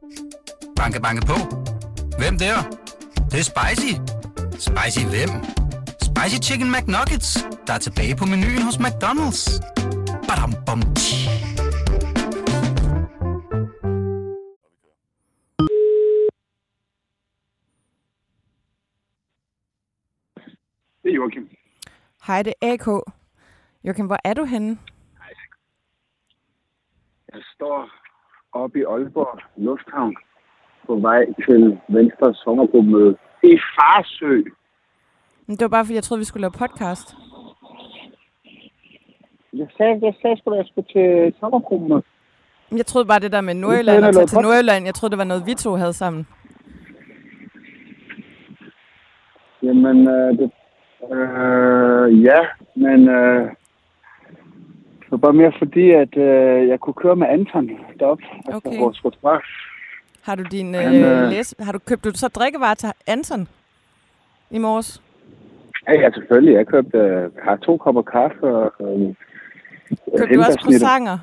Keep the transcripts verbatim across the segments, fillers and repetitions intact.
Banke, banke på. Hvem der? Det, det er spicy. Spicy hvem? Spicy Chicken McNuggets, der er tilbage på menuen hos McDonald's. Badum, bom, tji. Det er Joachim. Hej, det er A K. Joachim, hvor er du henne? Hej. Jeg står oppe i Aalborg Lufthavn på vej til Venstres sommergruppemøde i Farsø. Det var bare, fordi jeg troede, vi skulle lave podcast. Jeg sagde, jeg sagde at jeg skulle til sommergruppemøde. Jeg troede bare det der med Nordjylland og tage til Nordjylland. Jeg troede, det var noget, vi to havde sammen. Jamen, øh, det, øh, ja, men øh, det var bare mere fordi, at øh, jeg kunne køre med Anton deroppe. Okay. Altså vores fotograf. Har du din Han, øh, øh, læse... Har du købt du så drikkevarer til Anton i morges? Ja, ja, selvfølgelig. Jeg købte, øh, har to kopper kaffe og øh, Købte du også croissanter?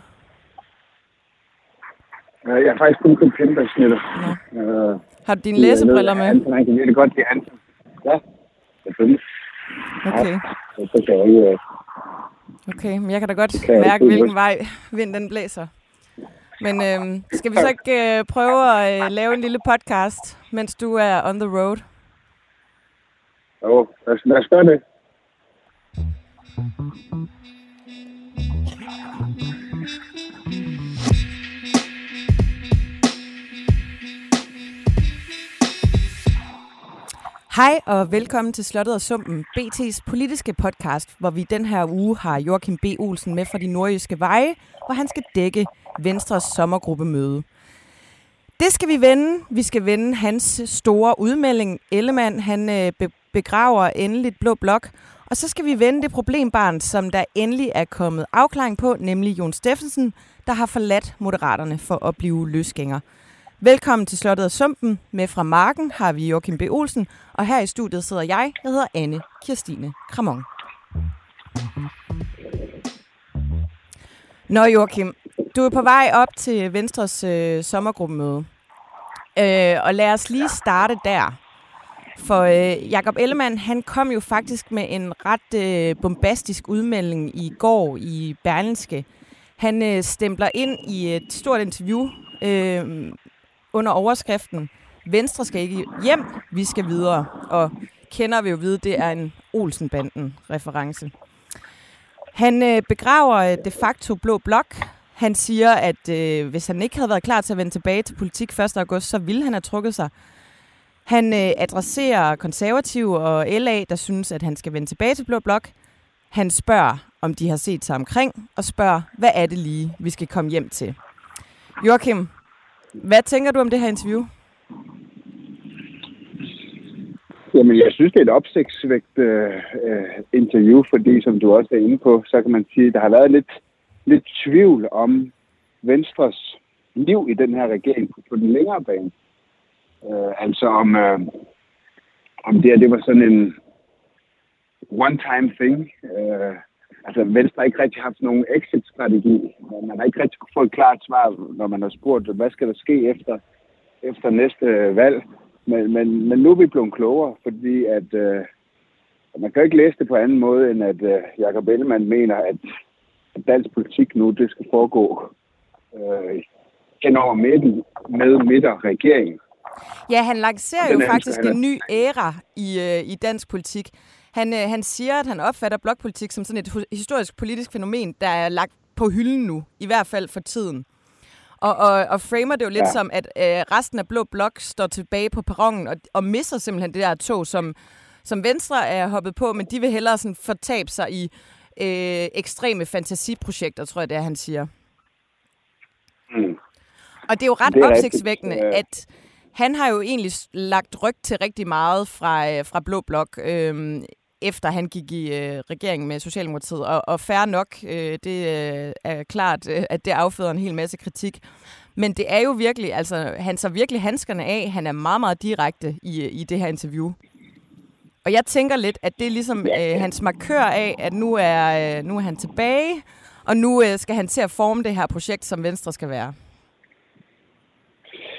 Øh, jeg har faktisk kun købt hindbærsnitter. Øh, Har du dine læsebriller med? Anton, han kan virkelig godt lide Anton. Ja, selvfølgelig. Okay. Ja, så kan jeg ikke... Øh, Okay, men jeg kan da godt kan jeg mærke, ikke hvilken huske. vej vinden den blæser. Men øhm, skal vi så ikke øh, prøve at øh, lave en lille podcast, mens du er on the road? Jo, lad os, lad os gøre det. Hej og velkommen til Slottet og Sumpen, B T's politiske podcast, hvor vi den her uge har Joachim B. Olsen med fra de nordjyske veje, hvor han skal dække Venstres sommergruppemøde. Det skal vi vende. Vi skal vende hans store udmelding. Ellemann, han øh, be- begraver endeligt Blå Blok. Og så skal vi vende det problembarn, som der endelig er kommet afklaring på, nemlig Jon Steffensen, der har forladt Moderaterne for at blive løsgænger. Velkommen til Slottet og Sumpen. Med fra Marken har vi Joachim B. Olsen, og her i studiet sidder jeg, jeg hedder Anne Kirstine Kramon. Nå Joachim, du er på vej op til Venstres øh, sommergruppemøde. Øh, og lad os lige starte der. For øh, Jakob Ellemann, han kom jo faktisk med en ret øh, bombastisk udmelding i går i Berlingske. Han øh, stempler ind i et stort interview øh, under overskriften Venstre skal ikke hjem, vi skal videre. Og kender vi jo vide, det er en Olsen-banden-reference. Han øh, begraver øh, de facto Blå Blok. Han siger, at øh, hvis han ikke havde været klar til at vende tilbage til politik første august, så ville han have trukket sig. Han øh, adresserer konservative og L A, der synes, at han skal vende tilbage til Blå Blok. Han spørger, om de har set sig omkring, og spørger, hvad er det lige, vi skal komme hjem til. Joachim, hvad tænker du om det her interview? Jamen, jeg synes, det er et opsigtsvækkende øh, interview, fordi som du også er inde på, så kan man sige, at der har været lidt, lidt tvivl om Venstres liv i den her regering på, på den længere bane. Øh, altså om, øh, om det her, det var sådan en one-time thing. Øh, altså, Venstre har ikke rigtig haft nogen exit-strategi. Man har ikke rigtig fået et klart svar, når man har spurgt, hvad skal der ske efter, efter næste valg. Men, men, men nu er vi blevet klogere, fordi at øh, man kan ikke læse det på anden måde, end at øh, Jakob Ellemann mener, at, at dansk politik nu, det skal foregå øh, hen over midten med midterregeringen. Ja, han lancerer jo faktisk en ny æra i, øh, i dansk politik. Han, øh, han siger, at han opfatter blokpolitik som sådan et historisk politisk fænomen, der er lagt på hylden nu, i hvert fald for tiden. Og, og, og framer det jo lidt ja. som, at øh, resten af Blå Blok står tilbage på perronen og, og misser simpelthen det der tog, som, som Venstre er hoppet på, men de vil hellere sådan fortabe sig i øh, ekstreme fantasiprojekter, tror jeg, det er, han siger. Mm. Og det er jo ret er opsigtsvækkende, rigtigt. At han har jo egentlig lagt ryg til rigtig meget fra, øh, fra Blå Blok, øh, efter han gik i øh, regeringen med Socialdemokratiet. Og, og fair nok, øh, det øh, er klart, øh, at det afføder en hel masse kritik. Men det er jo virkelig, altså han tager virkelig handskerne af. Han er meget, meget direkte i, i det her interview. Og jeg tænker lidt, at det er ligesom øh, hans markør af, at nu er, øh, nu er han tilbage, og nu øh, skal han til at forme det her projekt, som Venstre skal være.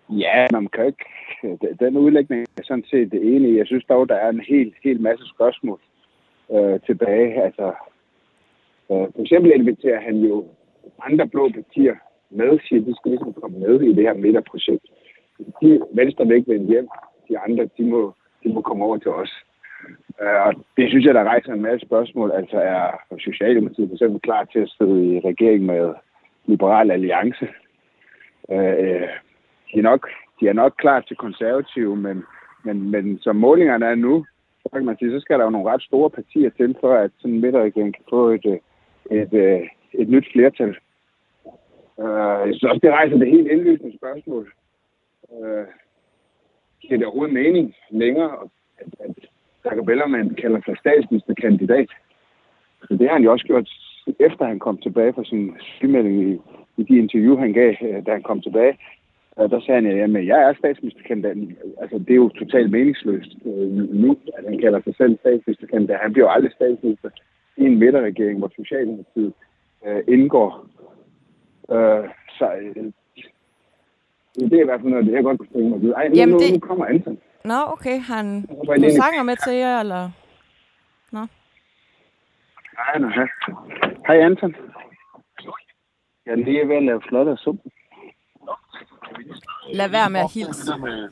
Ja, man kan ikke... Den udlægning er sådan set det ene. Jeg synes dog, der er en hel, hel masse spørgsmål øh, tilbage. Altså, øh, for eksempel inviterer han jo andre blå partier med, siger, de skal ligesom komme med i det her midterprojekt. De Venstre vil ikke vende hjem. De andre, de må, de må komme over til os. Øh, og det synes jeg, der rejser en masse spørgsmål. Altså er Socialdemokratiet for eksempel klar til at sidde i regering med Liberal Alliance? Øh, de, er nok, de er nok klar til konservative, men, men, men som målingerne er nu, så kan man sige, så skal der jo nogle ret store partier til, for at sådan en midterregering kan få et, et, et, et, et nyt flertal. Øh, jeg synes også, det rejser det helt indlysende spørgsmål. Øh, giver det overhovedet mening længere, at, at Jakob Ellemann kalder sig statsministerkandidat? Så det har han jo også gjort, efter han kom tilbage fra sin sygemelding i, i de interview, han gav, da han kom tilbage. Der sagde han, at jeg er statsministerkandidat. Altså, det er jo totalt meningsløst nu, at han kalder sig selv statsministerkandidat. Han bliver jo aldrig statsminister i en midterregering, hvor Socialdemokratiet øh, indgår. Øh, så øh, det er i hvert fald noget, det jeg godt kunne tænke mig. Ej, nu, Jamen, nu, det... nu kommer Anton. Nå, okay. Han nogle sanger med til jer, eller? Nå. Hej, nå, hej. Hej, Anton. Jeg er lige ved at lave flot og suppe. Lad være med at hilse.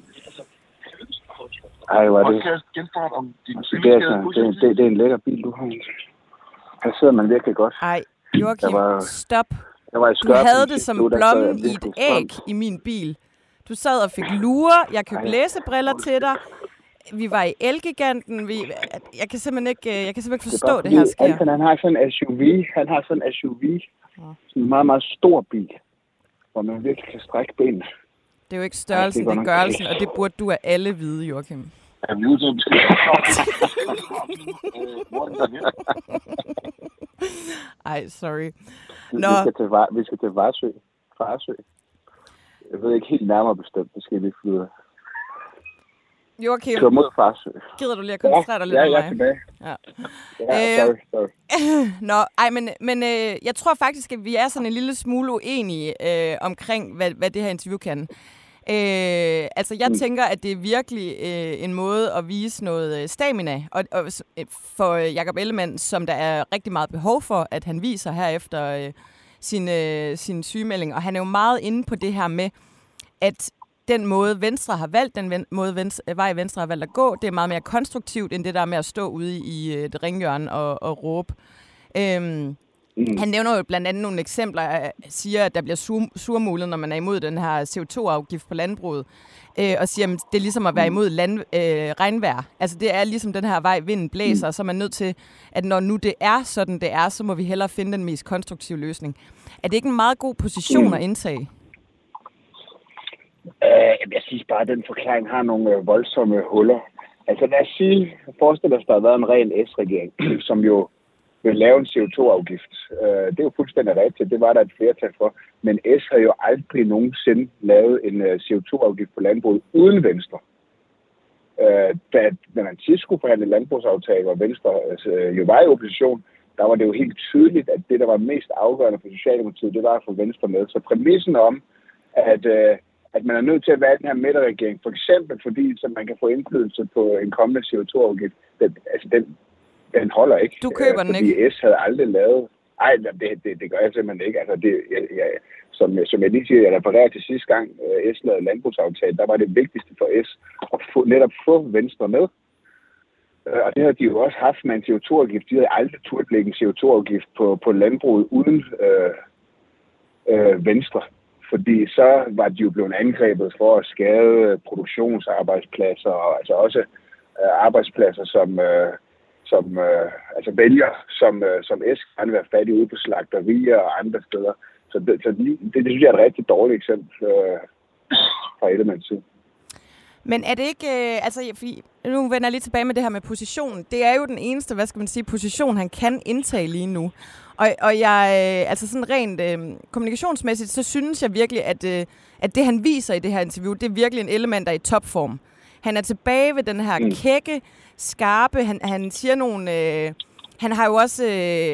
Ej, hvor er det? Det er, altså, det, det, det er en lækker bil, du har. Her sidder man virkelig godt. Ej, Joachim, var, stop. Var du havde det som blommen i et æg i min bil. Du sad og fik lure, jeg købte læsebriller til dig. Vi var i Elgiganten. Vi, jeg kan simpelthen ikke, jeg kan simpelthen ikke forstå, det, det her sker. Anton, han har sådan en S U V. Han har sådan en S U V. Ja. Sådan en meget, meget stor bil, hvor man virkelig kan strække benene. Det er jo ikke størrelsen, det er gørelsen, og det burde du af alle vide, Joachim. Jeg er nødt til at beskrive. Ej, sorry. Nå. Vi skal til, Var- vi skal til Varsø. Varsø. Jeg ved ikke helt nærmere bestemt, det skal vi flyde. Joachim, mod Farsø. Gider du lige at koncentrere dig lidt ja, om mig? Ja, jeg er tilbage. Ja, ja sorry, sorry. Nå, ej, men, men øh, jeg tror faktisk, at vi er sådan en lille smule uenige øh, omkring, hvad, hvad det her interview kan. Øh, altså, jeg mm. tænker, at det er virkelig øh, en måde at vise noget stamina og, og, for Jakob Ellemann, som der er rigtig meget behov for, at han viser her efter øh, sin, øh, sin sygemelding. Og han er jo meget inde på det her med, at den måde Venstre har valgt, den ven, måde Venstre, vej Venstre har valgt at gå, det er meget mere konstruktivt, end det der med at stå ude i et ringhjørne og, og råbe. Øhm, mm. Han nævner jo blandt andet nogle eksempler, siger, at der bliver sur, surmulet, når man er imod den her C O to afgift på landbruget, øh, og siger, at det er ligesom at være imod land, øh, regnvejr. Altså det er ligesom den her vej, vinden blæser, mm. så er man nødt til, at når nu det er sådan, det er, så må vi hellere finde den mest konstruktive løsning. Er det ikke en meget god position mm. at indtage? Uh, jeg synes bare, at den forklaring har nogle uh, voldsomme huller. Altså lad os sige, forestil os, der har været en ren S-regering, som jo vil lave en C O to afgift. Uh, det er jo fuldstændig rigtigt, det var der et flertal for. Men S har jo aldrig nogensinde lavet en uh, C O to afgift på landbruget uden Venstre. Uh, da man sidst skulle forhandle landbrugsaftale, hvor Venstre uh, jo var i opposition, der var det jo helt tydeligt, at det, der var mest afgørende for Socialdemokratiet, det var at få Venstre med. Så præmissen om, at uh, at man er nødt til at være den her midterregering, for eksempel fordi så man kan få indflydelse på en kommende C O to afgift, den, altså den, den holder ikke. Du køber den fordi ikke? Fordi S havde aldrig lavet... Ej, det, det, det gør jeg simpelthen ikke. Altså det, jeg, jeg, som, som jeg lige siger, jeg refererer til sidste gang, S lavede landbrugsaftale, der var det vigtigste for S at få, netop få Venstre med. Og det har de jo også haft med en C O to afgift. De havde aldrig turde lægge en C O to afgift på, på landbruget uden øh, øh, Venstre. Fordi så var de jo blevet angrebet for at skade produktionsarbejdspladser, og altså også øh, arbejdspladser, som, øh, som øh, altså vælger, som, øh, som S kan være fattige ude på slagterier og andre steder. Så det, så det, det synes jeg er et rigtig dårligt eksempel øh, fra Ellemanns side. Men er det ikke, øh, altså fordi, nu vender jeg lige tilbage med det her med positionen. Det er jo den eneste, hvad skal man sige, position, han kan indtage lige nu. Og, og jeg, øh, altså sådan rent øh, kommunikationsmæssigt, så synes jeg virkelig, at, øh, at det han viser i det her interview, det er virkelig en element, der er i topform. Han er tilbage ved den her mm. kække, skarpe, han, han siger nogle, øh, han har jo også øh,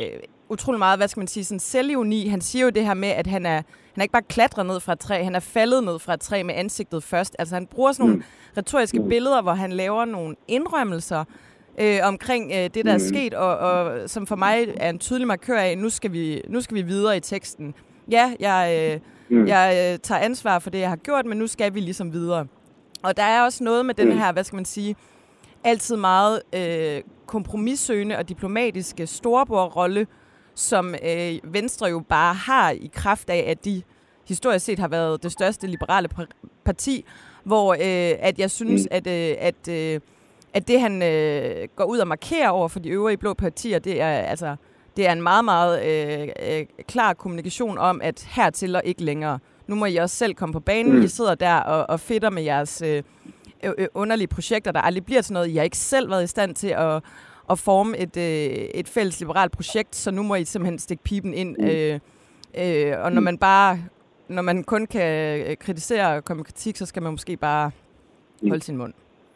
utrolig meget, hvad skal man sige, sådan selvironi. Han siger jo det her med, at han er, han er ikke bare klatret ned fra et træ, han er faldet ned fra et træ med ansigtet først. Altså han bruger sådan nogle mm. retoriske billeder, hvor han laver nogle indrømmelser øh, omkring øh, det, der er sket, og, og som for mig er en tydelig markør af, nu skal vi, nu skal vi videre i teksten. Ja, jeg, øh, mm. jeg øh, tager ansvar for det, jeg har gjort, men nu skal vi ligesom videre. Og der er også noget med den her, hvad skal man sige, altid meget øh, kompromissøgende og diplomatiske storebror-rolle, som øh, Venstre jo bare har i kraft af, at de historisk set har været det største liberale parti, hvor øh, at jeg synes, at, øh, at, øh, at det, han øh, går ud og markerer over for de øvrige blå partier, det er, altså, det er en meget, meget øh, øh, klar kommunikation om, at hertil og ikke længere. Nu må I også selv komme på banen. Mm. I sidder der og, og fedter med jeres øh, øh, underlige projekter, der aldrig bliver til noget. I har ikke selv været i stand til at, at forme et, øh, et fælles liberalt projekt, så nu må I simpelthen stikke pipen ind. Mm. Øh, øh, og når man bare, når man kun kan kritisere og komme med kritik, så skal man måske bare holde mm. sin mund.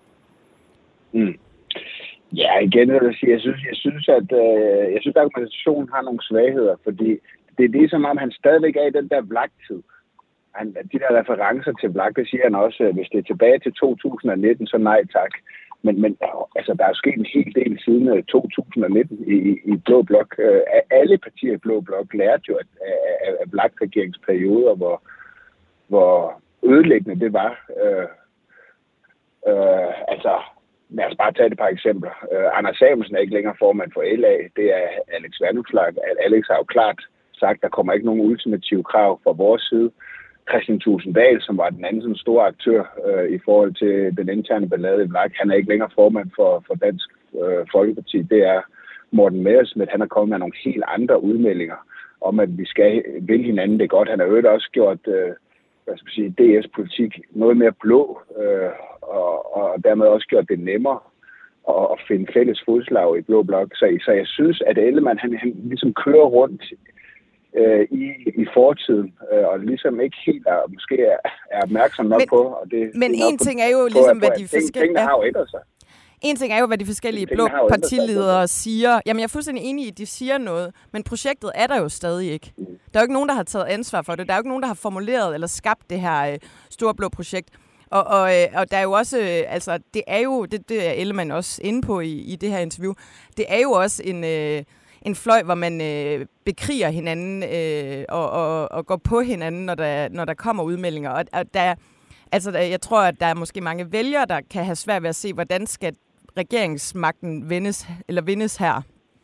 Mm. Ja, igen vil jeg sige, jeg synes, jeg synes, at øh, jeg synes, at argumentationen har nogle svagheder, fordi det er det, som om han stadigvæk er i den der vlaktid. Han, de der referencer til Vlak, det siger han også, at hvis det er tilbage til to tusind nitten, så nej tak. Men, men altså, der er jo sket en hel del siden to tusind nitten i, i, i Blå Blok. Alle partier i Blå Blok lærte jo af, af, af Vlak-regeringsperioder, hvor, hvor ødelæggende det var. Øh, øh, altså, lad os bare tage et par eksempler. Øh, Anders Samuelsen er ikke længere formand for L A. Det er Alex Vanopslagh. Alex har jo klart sagt, der kommer ikke nogen ultimative krav fra vores side. Christian Thulesen Dahl, som var den anden sådan store aktør øh, i forhold til den interne ballade i Vlak, han er ikke længere formand for, for Dansk øh, Folkeparti. Det er Morten Messerschmidt. Han har kommet med nogle helt andre udmeldinger om, at vi skal vil hinanden det godt. Han har jo også gjort øh, hvad skal man sige, D F's politik noget mere blå, øh, og, og dermed også gjort det nemmere at, at finde fælles fodslag i Blå Blok. Så, så jeg synes, at Ellemann, han, han ligesom kører rundt I, i fortiden, og ligesom ikke helt er, måske er, er opmærksom nok men, på. Og det, men det en ting er jo ligesom, hvad de forskellige... har jo ændret sig. En ting er jo, hvad de forskellige blå partiledere siger. Jamen, jeg er fuldstændig enig i, at de siger noget, men projektet er der jo stadig ikke. Mm. Der er jo ikke nogen, der har taget ansvar for det. Der er jo ikke nogen, der har formuleret eller skabt det her øh, store blå projekt. Og, og, øh, og der er jo også, øh, altså, det er jo, det, det er Ellemann også inde på i, i det her interview, det er jo også en... Øh, en fløj, hvor man øh, bekriger hinanden øh, og, og, og går på hinanden, når der, når der kommer udmeldinger. Og, og der, altså, jeg tror, at der er måske mange vælgere, der kan have svært ved at se, hvordan skal regeringsmagten vindes, eller vindes her.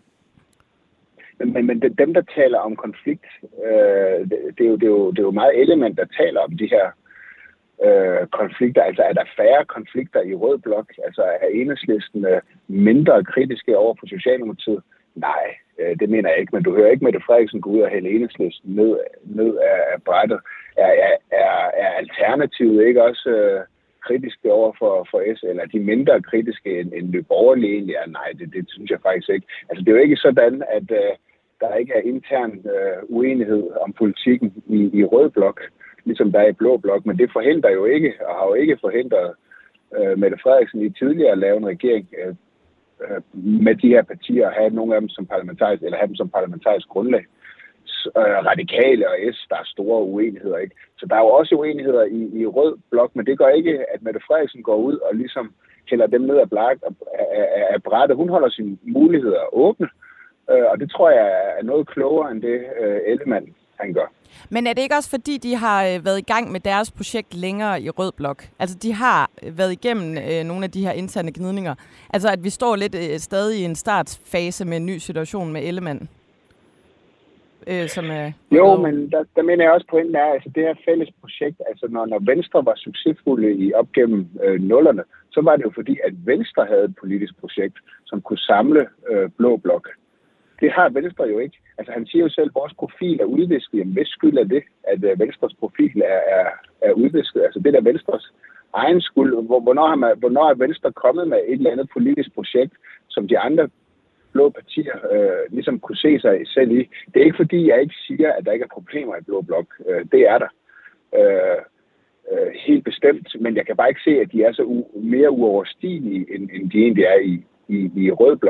Men, men dem, der taler om konflikt, øh, det, det, er jo, det, er jo, det er jo meget Ellemann, der taler om de her øh, konflikter. Altså, er der færre konflikter i Rød Blok? Altså, er Enhedslisten øh, mindre kritiske over for Socialdemokratiet? Nej, det mener jeg ikke, men du hører ikke Mette Frederiksen gå ud og hælde Enhedslisten ned, ned af brættet. Er, er, er, er Alternativet ikke også øh, kritiske over for, for S, eller er de mindre kritiske end, end Nye Borgerlige egentlig er? Nej, det, det synes jeg faktisk ikke. Altså, det er jo ikke sådan, at øh, der ikke er intern øh, uenighed om politikken i, i Rød Blok, ligesom der er i Blå Blok, men det forhindrer jo ikke, og har jo ikke forhindret øh, Mette Frederiksen i tidligere at lave en regering øh, med de her partier og have nogle af dem som parlamentarisk, eller have dem som parlamentarisk grundlag. Øh, radikale og S, der er store uenigheder, ikke? Så der er jo også uenigheder i, i Rød Blok, men det gør ikke, at Mette Frederiksen går ud og ligesom hælder dem ned af, blak, af, af, af brættet. Hun holder sine muligheder åbne, øh, og det tror jeg er noget klogere end det øh, Ellemann han gør. Men er det ikke også fordi, de har været i gang med deres projekt længere i Rød Blok? Altså, de har været igennem øh, nogle af de her interne gnidninger. Altså, at vi står lidt øh, stadig i en startfase med en ny situation med Ellemann. Øh, som er... Jo, men der, der mener jeg også pointen er, altså det her fælles projekt, altså når, når Venstre var succesfulde i op gennem øh, nullerne, så var det jo fordi, at Venstre havde et politisk projekt, som kunne samle øh, Blå Blok. Det har Venstre jo ikke. Altså han siger jo selv, at vores profil er udvisket. Jamen hvis skyld er det, at uh, Venstres profil er, er, er udvisket? Altså det der Venstres egen skyld. Hvornår, har man, hvornår er Venstre kommet med et eller andet politisk projekt, som de andre blå partier øh, ligesom kunne se sig selv i? Det er ikke fordi, jeg ikke siger, at der ikke er problemer i Blå Blok. Øh, det er der. Øh, øh, helt bestemt. Men jeg kan bare ikke se, at de er så u- mere uoverstigelige, end, end de egentlig er i, i, i Rød Blok.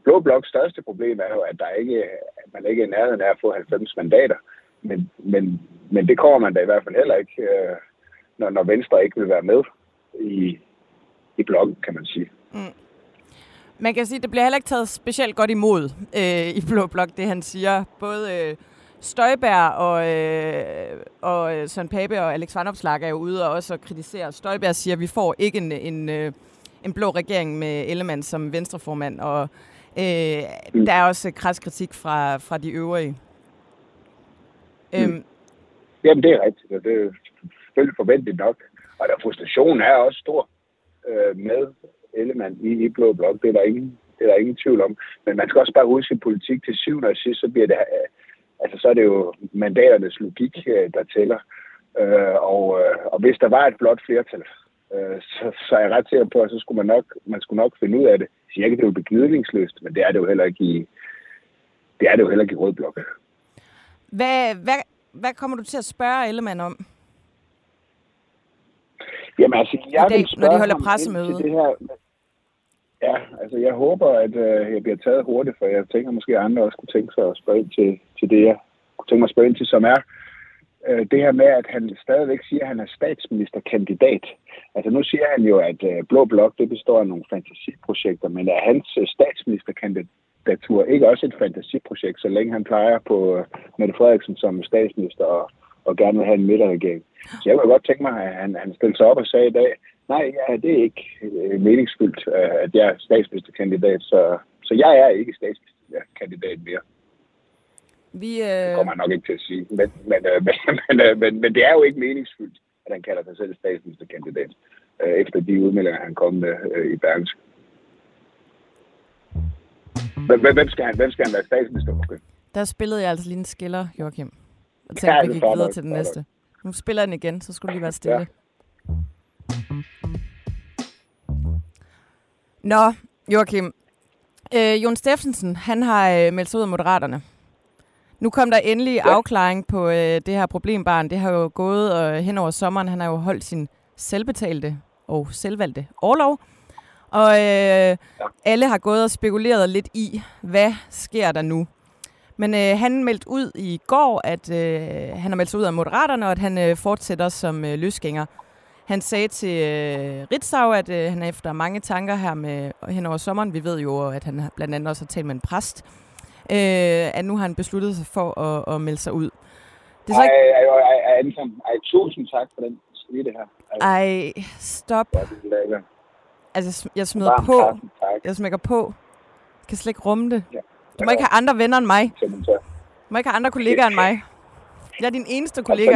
Blå Bloks største problem er jo, at der ikke, at man ikke er nærheden af at få halvfems mandater. Men, men, men det kommer man da i hvert fald heller ikke, øh, når, når Venstre ikke vil være med i, i blokken, kan man sige. Mm. Man kan sige, at det bliver heller ikke taget specielt godt imod øh, i Blå Blok, det han siger. Både øh, Støjberg og, øh, og Søren Pape og Alex Vanopslagh er jo ude og også kritisere. Støjberg siger, at vi får ikke en, en, en blå regering med Ellemann som venstreformand, og øh, mm. der er også krads kritik fra, fra de øvrige. Mm. Øhm, Jamen, det er rigtigt, og det er selvfølgelig forventeligt nok. Og der frustrationen er også stor øh, med Ellemann i, i Blå Blok. Det er der ingen, det er der ingen tvivl om. Men man skal også bare huske politik til syvende og sidst, så bliver det, øh, altså så er det jo mandaternes logik, øh, der tæller. Øh, og, øh, og hvis der var et blot flertal, øh, så, så er jeg ret sikker på, at så skulle man nok, man skulle nok finde ud af det. Jeg siger ikke, at det er jo begnidningsløst, men det er det jo heller ikke i, det er det jo heller ikke i Rød Blok. Hvad, hvad, hvad kommer du til at spørge Ellemann om? Jamen altså, jeg dag, når de holder pressemøde. Det her. Ja, altså jeg håber, at øh, jeg bliver taget hurtigt, for jeg tænker måske, at andre også kunne tænke sig at spørge ind til, til det, jeg kunne tænke mig at spørge ind til, som er øh, det her med, at han stadigvæk siger, at han er statsministerkandidat. Altså nu siger han jo, at øh, Blå Blok, det består af nogle fantasiprojekter, men er hans øh, statsministerkandidatur ikke også et fantasiprojekt, så længe han plejer på øh, Mette Frederiksen som statsminister og, og gerne vil have en midterregering. Så jeg kunne godt tænke mig, at han, han stillede sig op og sagde i dag, nej, ja, det er ikke øh, meningsfyldt, øh, at jeg er statsministerkandidat, så, så jeg er ikke statsministerkandidat mere. Vi, øh... Det kommer han nok ikke til at sige, men, men, øh, men, men, øh, men, men det er jo ikke meningsfyldt, at han kalder sig selv statsministerkandidat, øh, efter de udmeldinger, han kom med øh, i Berlingske. Hvem skal han, hvem skal han være statsminister måske? Der spillede jeg altså lige en skiller, Joachim. Og tænkte, ja, vi gik videre nok, til den næste. Nu spiller den igen, så skulle du lige være stille. Ja. Nå, Joachim. Øh, Jon Steffensen, han har øh, meldt sig ud af Moderaterne. Nu kom der endelig ja. afklaring på øh, det her problembarn. Det har jo gået øh, hen over sommeren. Han har jo holdt sin selvbetalte og selvvalgte orlov. Og øh, ja. alle har gået og spekuleret lidt i, hvad sker der nu? Men øh, han meldte ud i går, at øh, han har meldt sig ud af Moderaterne, og at han øh, fortsætter som øh, løsgænger. Han sagde til øh, Ritzau, at øh, han efter mange tanker her med hen over sommeren, vi ved jo, at han blandt andet også har talt med en præst, øh, at nu har han besluttet sig for at, at melde sig ud. Det er så ikke... Ej, ej, ej, ej, ej, tusind tak for den skide her. Ej, ej stop. Altså, jeg smider Varm på. Kassen, jeg smækker på. Jeg kan slet ikke rumme det. Ja. Du må ikke have andre venner end mig. Du må ikke have andre kollegaer end mig. Jeg er din eneste kollega.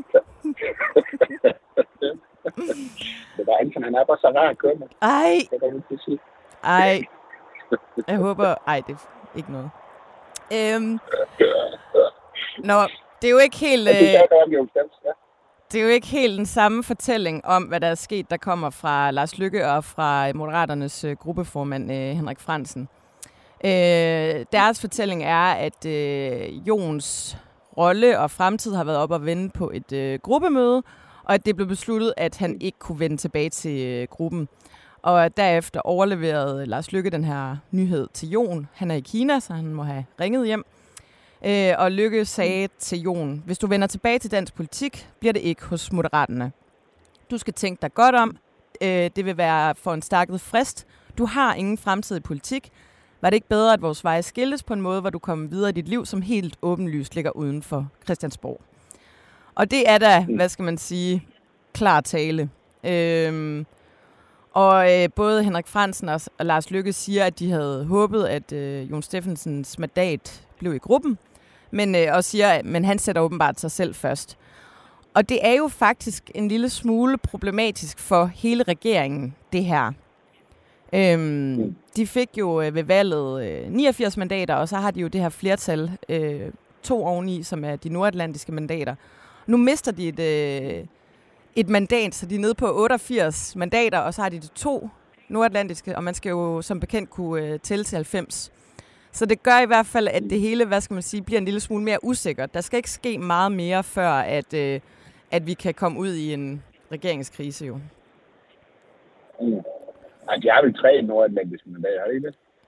Det var Anton, han er bare så rar at køre med. Ej. Ej. Jeg håber... Ej, det er ikke noget. Øhm. Nå, det er jo ikke helt... Øh... Det er jo ikke helt den samme fortælling om, hvad der er sket, der kommer fra Lars Løkke og fra Moderaternes øh, gruppeformand øh, Henrik Frandsen. Øh, deres fortælling er, at øh, Jons rolle og fremtid har været op at vende på et øh, gruppemøde, og at det blev besluttet, at han ikke kunne vende tilbage til øh, gruppen. Og derefter overleverede Lars Løkke den her nyhed til Jon. Han er i Kina, så han må have ringet hjem. Øh, og Løkke sagde til Jon, hvis du vender tilbage til dansk politik, bliver det ikke hos Moderaterne. Du skal tænke dig godt om. Øh, det vil være for en stakket frist. Du har ingen fremtid i politik. Var det ikke bedre, at vores veje skiltes på en måde, hvor du kommer videre i dit liv, som helt åbenlyst ligger uden for Christiansborg? Og det er da, hvad skal man sige, klar tale. Øhm, og øh, både Henrik Frandsen og, og Lars Løkke siger, at de havde håbet, at øh, Jon Steffensens mandat blev i gruppen, men øh, og siger, at men han sætter åbenbart sig selv først. Og det er jo faktisk en lille smule problematisk for hele regeringen, det her. Øhm, de fik jo øh, ved valget øh, niogfirs mandater, og så har de jo det her flertal, øh, to oveni, som er de nordatlantiske mandater. Nu mister de et, øh, et mandat, så de er nede på otteogfirs mandater, og så har de de to nordatlantiske, og man skal jo som bekendt kunne øh, tælle til halvfems. Så det gør i hvert fald, at det hele, hvad skal man sige, bliver en lille smule mere usikkert. Der skal ikke ske meget mere, før at, øh, at vi kan komme ud i en regeringskrise jo. Mm. Nej, de har vel tre nordatlantiske mandater, har de ikke det?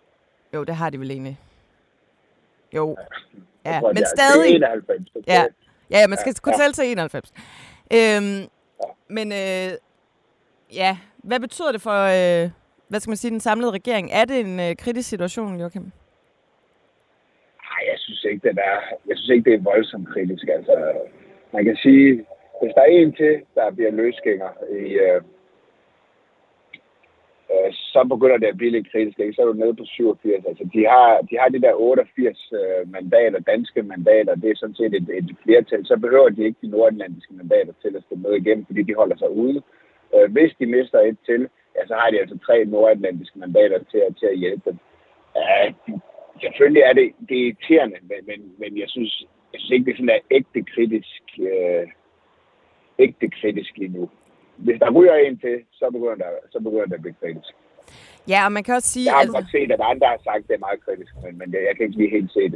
Jo, det har de vel egentlig. Jo. Ja, tror, men det er, stadig... Det er enoghalvfems. Det ja. ja, man skal kunne ja. tælle til enoghalvfems. Øhm, ja. Men øh, ja, hvad betyder det for, øh, hvad skal man sige, den samlede regering? Er det en øh, kritisk situation, Joachim? Nej, jeg synes ikke, det er. Jeg synes ikke, det er voldsomt kritisk. Altså, man kan sige, hvis der er en til, der bliver løsgænger i... Øh, så begynder det at blive lidt kritisk, ikke? Så er du nede på syvogfirs. Altså, de har, de har de der otteogfirs øh, mandater, danske mandater, det er sådan set et, et flertal. Så behøver de ikke de nordatlantiske mandater til at stå med igennem, fordi de holder sig ude. Øh, hvis de mister et til, ja, så har de altså tre nordatlantiske mandater til, til at hjælpe dem. Ja, selvfølgelig er det, det er irriterende, men, men, men jeg, synes, jeg synes ikke, det er sådan der ægte kritisk, øh, ægte kritisk lige nu. Hvis der ryger en til, så begynder der, så begynder der at blive kritisk. Ja, og man kan også sige... Jeg har altså... godt set, at andre har sagt, at det er meget kritisk, men, men jeg kan ikke lige helt se det.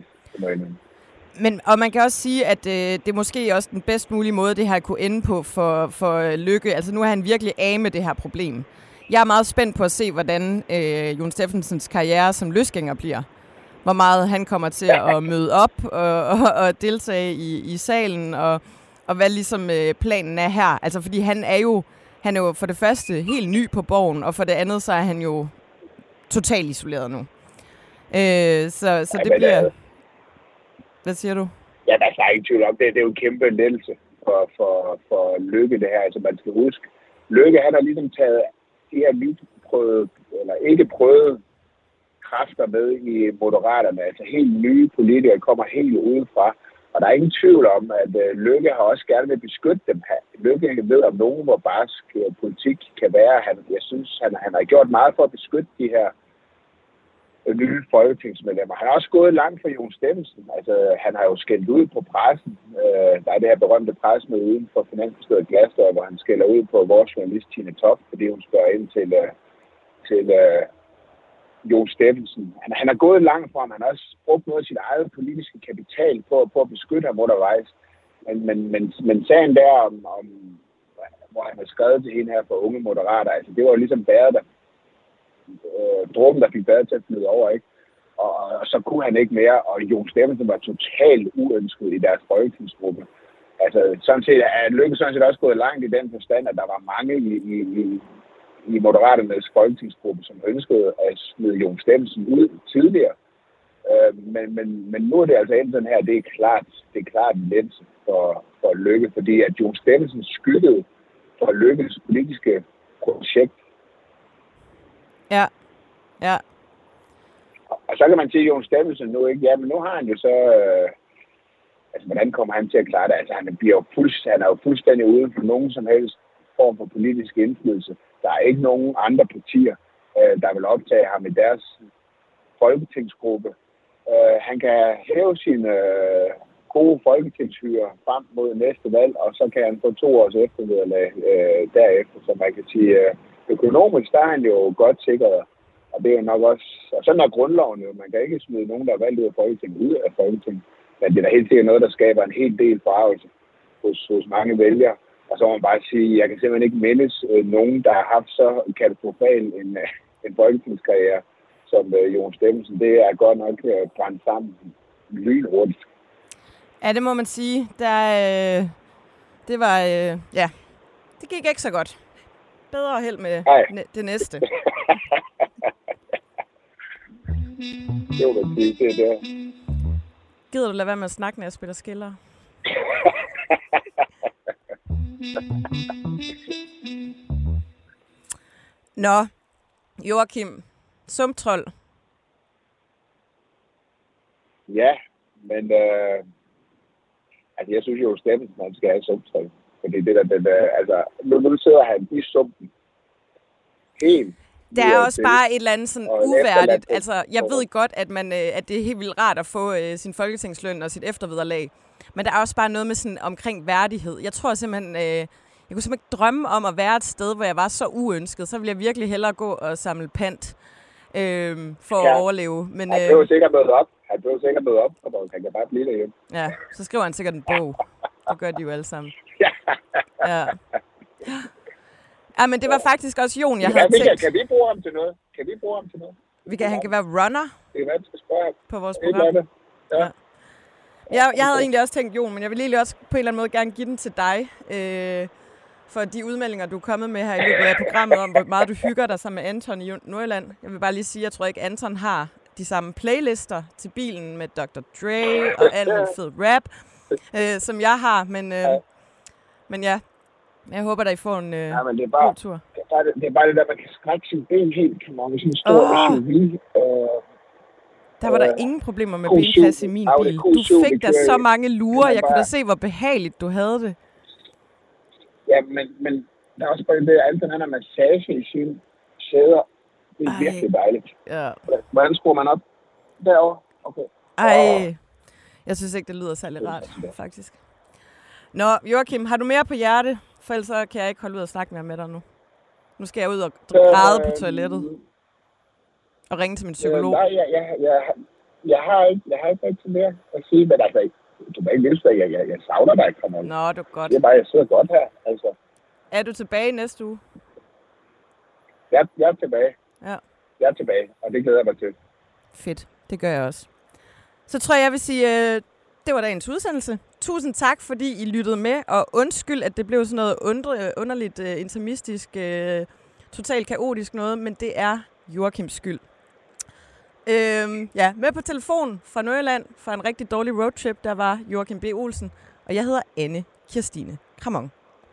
Men, og man kan også sige, at øh, det er måske også den bedst mulige måde, det her kunne ende på for, for Løkke. Altså nu er han virkelig af med det her problem. Jeg er meget spændt på at se, hvordan øh, Jon Stephensens karriere som løsgænger bliver. Hvor meget han kommer til at møde op og, og, og deltage i, i salen, og, og hvad ligesom øh, planen er her. Altså fordi han er jo... Han er jo for det første helt ny på Borgen, og for det andet, så er han jo totalt isoleret nu. Øh, så så det bliver... Hvad siger du? Ja, der er ikke tvivl om det. Det er jo en kæmpe lettelse for, for, for Løkke, det her. Altså, man skal huske, Løkke, han har ligesom taget de her nyprøvede, eller ikke prøvede kræfter med i Moderaterne. Altså, helt nye politikere kommer helt udefra. Og der er ingen tvivl om, at uh, Løkke har også gerne vil beskytte dem her. Løkke ved om nogen, hvor barsk uh, politik kan være. Han, jeg synes, han, han har gjort meget for at beskytte de her uh, nye folketingsmedlemmer. Han har også gået langt for Jon Stephensen. Altså, han har jo skældt ud på pressen. Uh, der er det her berømte pressemøde uden for Finansministeriet Glasdør, hvor han skælder ud på vores journalist Tine Toft, fordi hun spørger ind til, uh, til uh, Jon Stephensen. Han, han har gået langt frem. Han har også brugt noget af sit eget politiske kapital på, på at beskytte ham undervejs. Men, men, men, men sagen der, om, om, hvor han har skrevet til hende her for unge moderater, altså det var jo ligesom bæret, der, øh, dråben, der fik bæret til at flyde over, ikke? Og, og, og så kunne han ikke mere, og Jon Stephensen var totalt uønsket i deres folketingsgruppe. Altså sådan set er Løkke sådan set også gået langt i den forstand, at der var mange i, i, i i Moderaternes folketingsgruppe, som ønskede at smide Jon Stephensen ud tidligere. Øh, men, men, men nu er det altså endt sådan her, det er klart, det er klart en lettelse for, for Løkke, fordi at Jon Stephensen skyldede for Løkkes politiske projekt. Ja, ja. Og, og så kan man sige, at Jon Stephensen nu ikke, ja, men nu har han jo så, øh, altså hvordan kommer han til at klare det? Altså han, bliver jo fuldst, han er jo fuldstændig uden for nogen som helst form for politisk indflydelse. Der er ikke nogen andre partier, øh, der vil optage ham i deres folketingsgruppe. Øh, han kan hæve sine øh, gode folketingshyre frem mod næste valg, og så kan han få to års eftervederlag øh, derefter. Så man kan sige, øh, økonomisk der er han jo godt sikret. Og det er jo nok også, og sådan er grundloven jo. Man kan ikke smide nogen, der er valgt ud af Folketinget, ud af Folketinget. Men det er da helt sikkert noget, der skaber en hel del forargelse hos, hos mange vælgere. Og så må man bare sige, jeg kan simpelthen ikke mindes øh, nogen, der har haft så katastrofal en, øh, en folketingskarriere som øh, Jon Stephensen. Det er godt nok øh, brændt sammen lynhurtigt. Ja, det må man sige. Der, øh, det var, øh, ja, det gik ikke så godt. Bedre held med n- det næste. Det var man sige, det er det. Gider du lade være med at snakke, når jeg spiller skiller? Nå, Joachim, sumtrold. Ja, men øh, altså jeg synes jo, Stephensen han skal have sumtrold. Fordi det der, den, øh, altså, nu, nu sidder han i sumpen. Helt. Der er også bare et eller andet sådan uværdigt. Altså, jeg ved godt, at, man, at det er helt vildt rart at få uh, sin folketingsløn og sit eftervederlag. Men der er også bare noget med sådan omkring værdighed. Jeg tror simpelthen, uh, jeg kunne simpelthen ikke drømme om at være et sted, hvor jeg var så uønsket. Så ville jeg virkelig hellere gå og samle pant øh, for ja. at overleve. Men, han behøver sikkert møde op. Han behøver sikkert møde op, og han kan bare blive derhjemme. Ja, så skriver han sikkert en bog. Det gør de jo alle sammen. Ja. Ja, men det var faktisk også Jon, jeg ja, havde tænkt. tænkt. Kan vi bruge ham til noget? Kan vi bruge ham til noget? Vi kan, han kan være runner Det kan være, du skal spørge på vores et eller program. andet. Ja. Ja. Jeg, jeg havde egentlig også tænkt, Jon, men jeg vil egentlig også på en eller anden måde gerne give den til dig. Øh, for de udmeldinger, du er kommet med her i løbet af programmet, om hvor meget du hygger dig sammen med Anton i Nordjylland. Jeg vil bare lige sige, at jeg tror ikke, Anton har de samme playlister til bilen med doktor Dre og alt muligt fed rap, øh, som jeg har. Men, øh, men ja, jeg håber, at I får en øh, ja, men det er bare, god tur. Det er, bare det, det er bare det der, man kan skrække sin ben helt, kan man sådan en stor Åh. S U V. Øh, Der var der øh, ingen problemer med god benplads i syv. min Ja, det er bil. god Du syv, fik vi da kører så i. mange lurer. Men Jeg kunne da bare- se, hvor behageligt du havde det. ja, men, men der er også bare det der, alt den her massage i sine sæder. Det er Ej. virkelig dejligt. Ja. Hvordan skruer man op? Derovre? Okay. Ej, jeg synes ikke, det lyder særlig rart, faktisk. Nå, Joachim, har du mere på hjerte? For ellers så kan jeg ikke holde ud og snakke mere med dig nu. Nu skal jeg ud og græde på toilettet. Og ringe til min psykolog. Øh, nej, jeg, jeg, jeg, jeg, har ikke, jeg har ikke rigtig mere at sige, men altså, du må ikke vide, at jeg, jeg, jeg savner dig, kommer. Nå, det er godt. Det er bare, jeg sidder godt her, altså. Er du tilbage næste uge? Jeg, jeg er tilbage. Ja. Jeg er tilbage, og det glæder jeg mig til. Fedt, det gør jeg også. Så tror jeg, jeg vil sige, øh, det var dagens udsendelse. Tusind tak, fordi I lyttede med, og undskyld, at det blev sådan noget undre, underligt, uh, intimistisk, uh, totalt kaotisk noget, men det er Joachims skyld. Øhm, ja, med på telefon fra Nordjylland, fra en rigtig dårlig roadtrip, der var Joachim B. Olsen, og jeg hedder Anne Kirstine Kramon.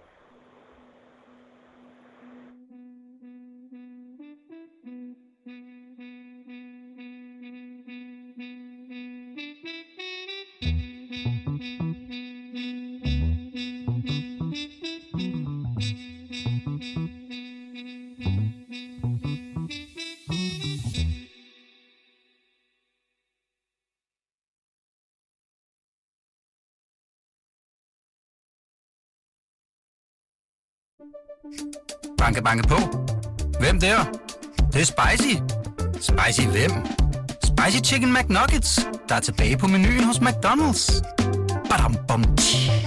Banke, banke på. Hvem der? Det, det er spicy. Spicy hvem? Spicy Chicken McNuggets, der er tilbage på menuen hos McDonald's. Badum, bom, tji.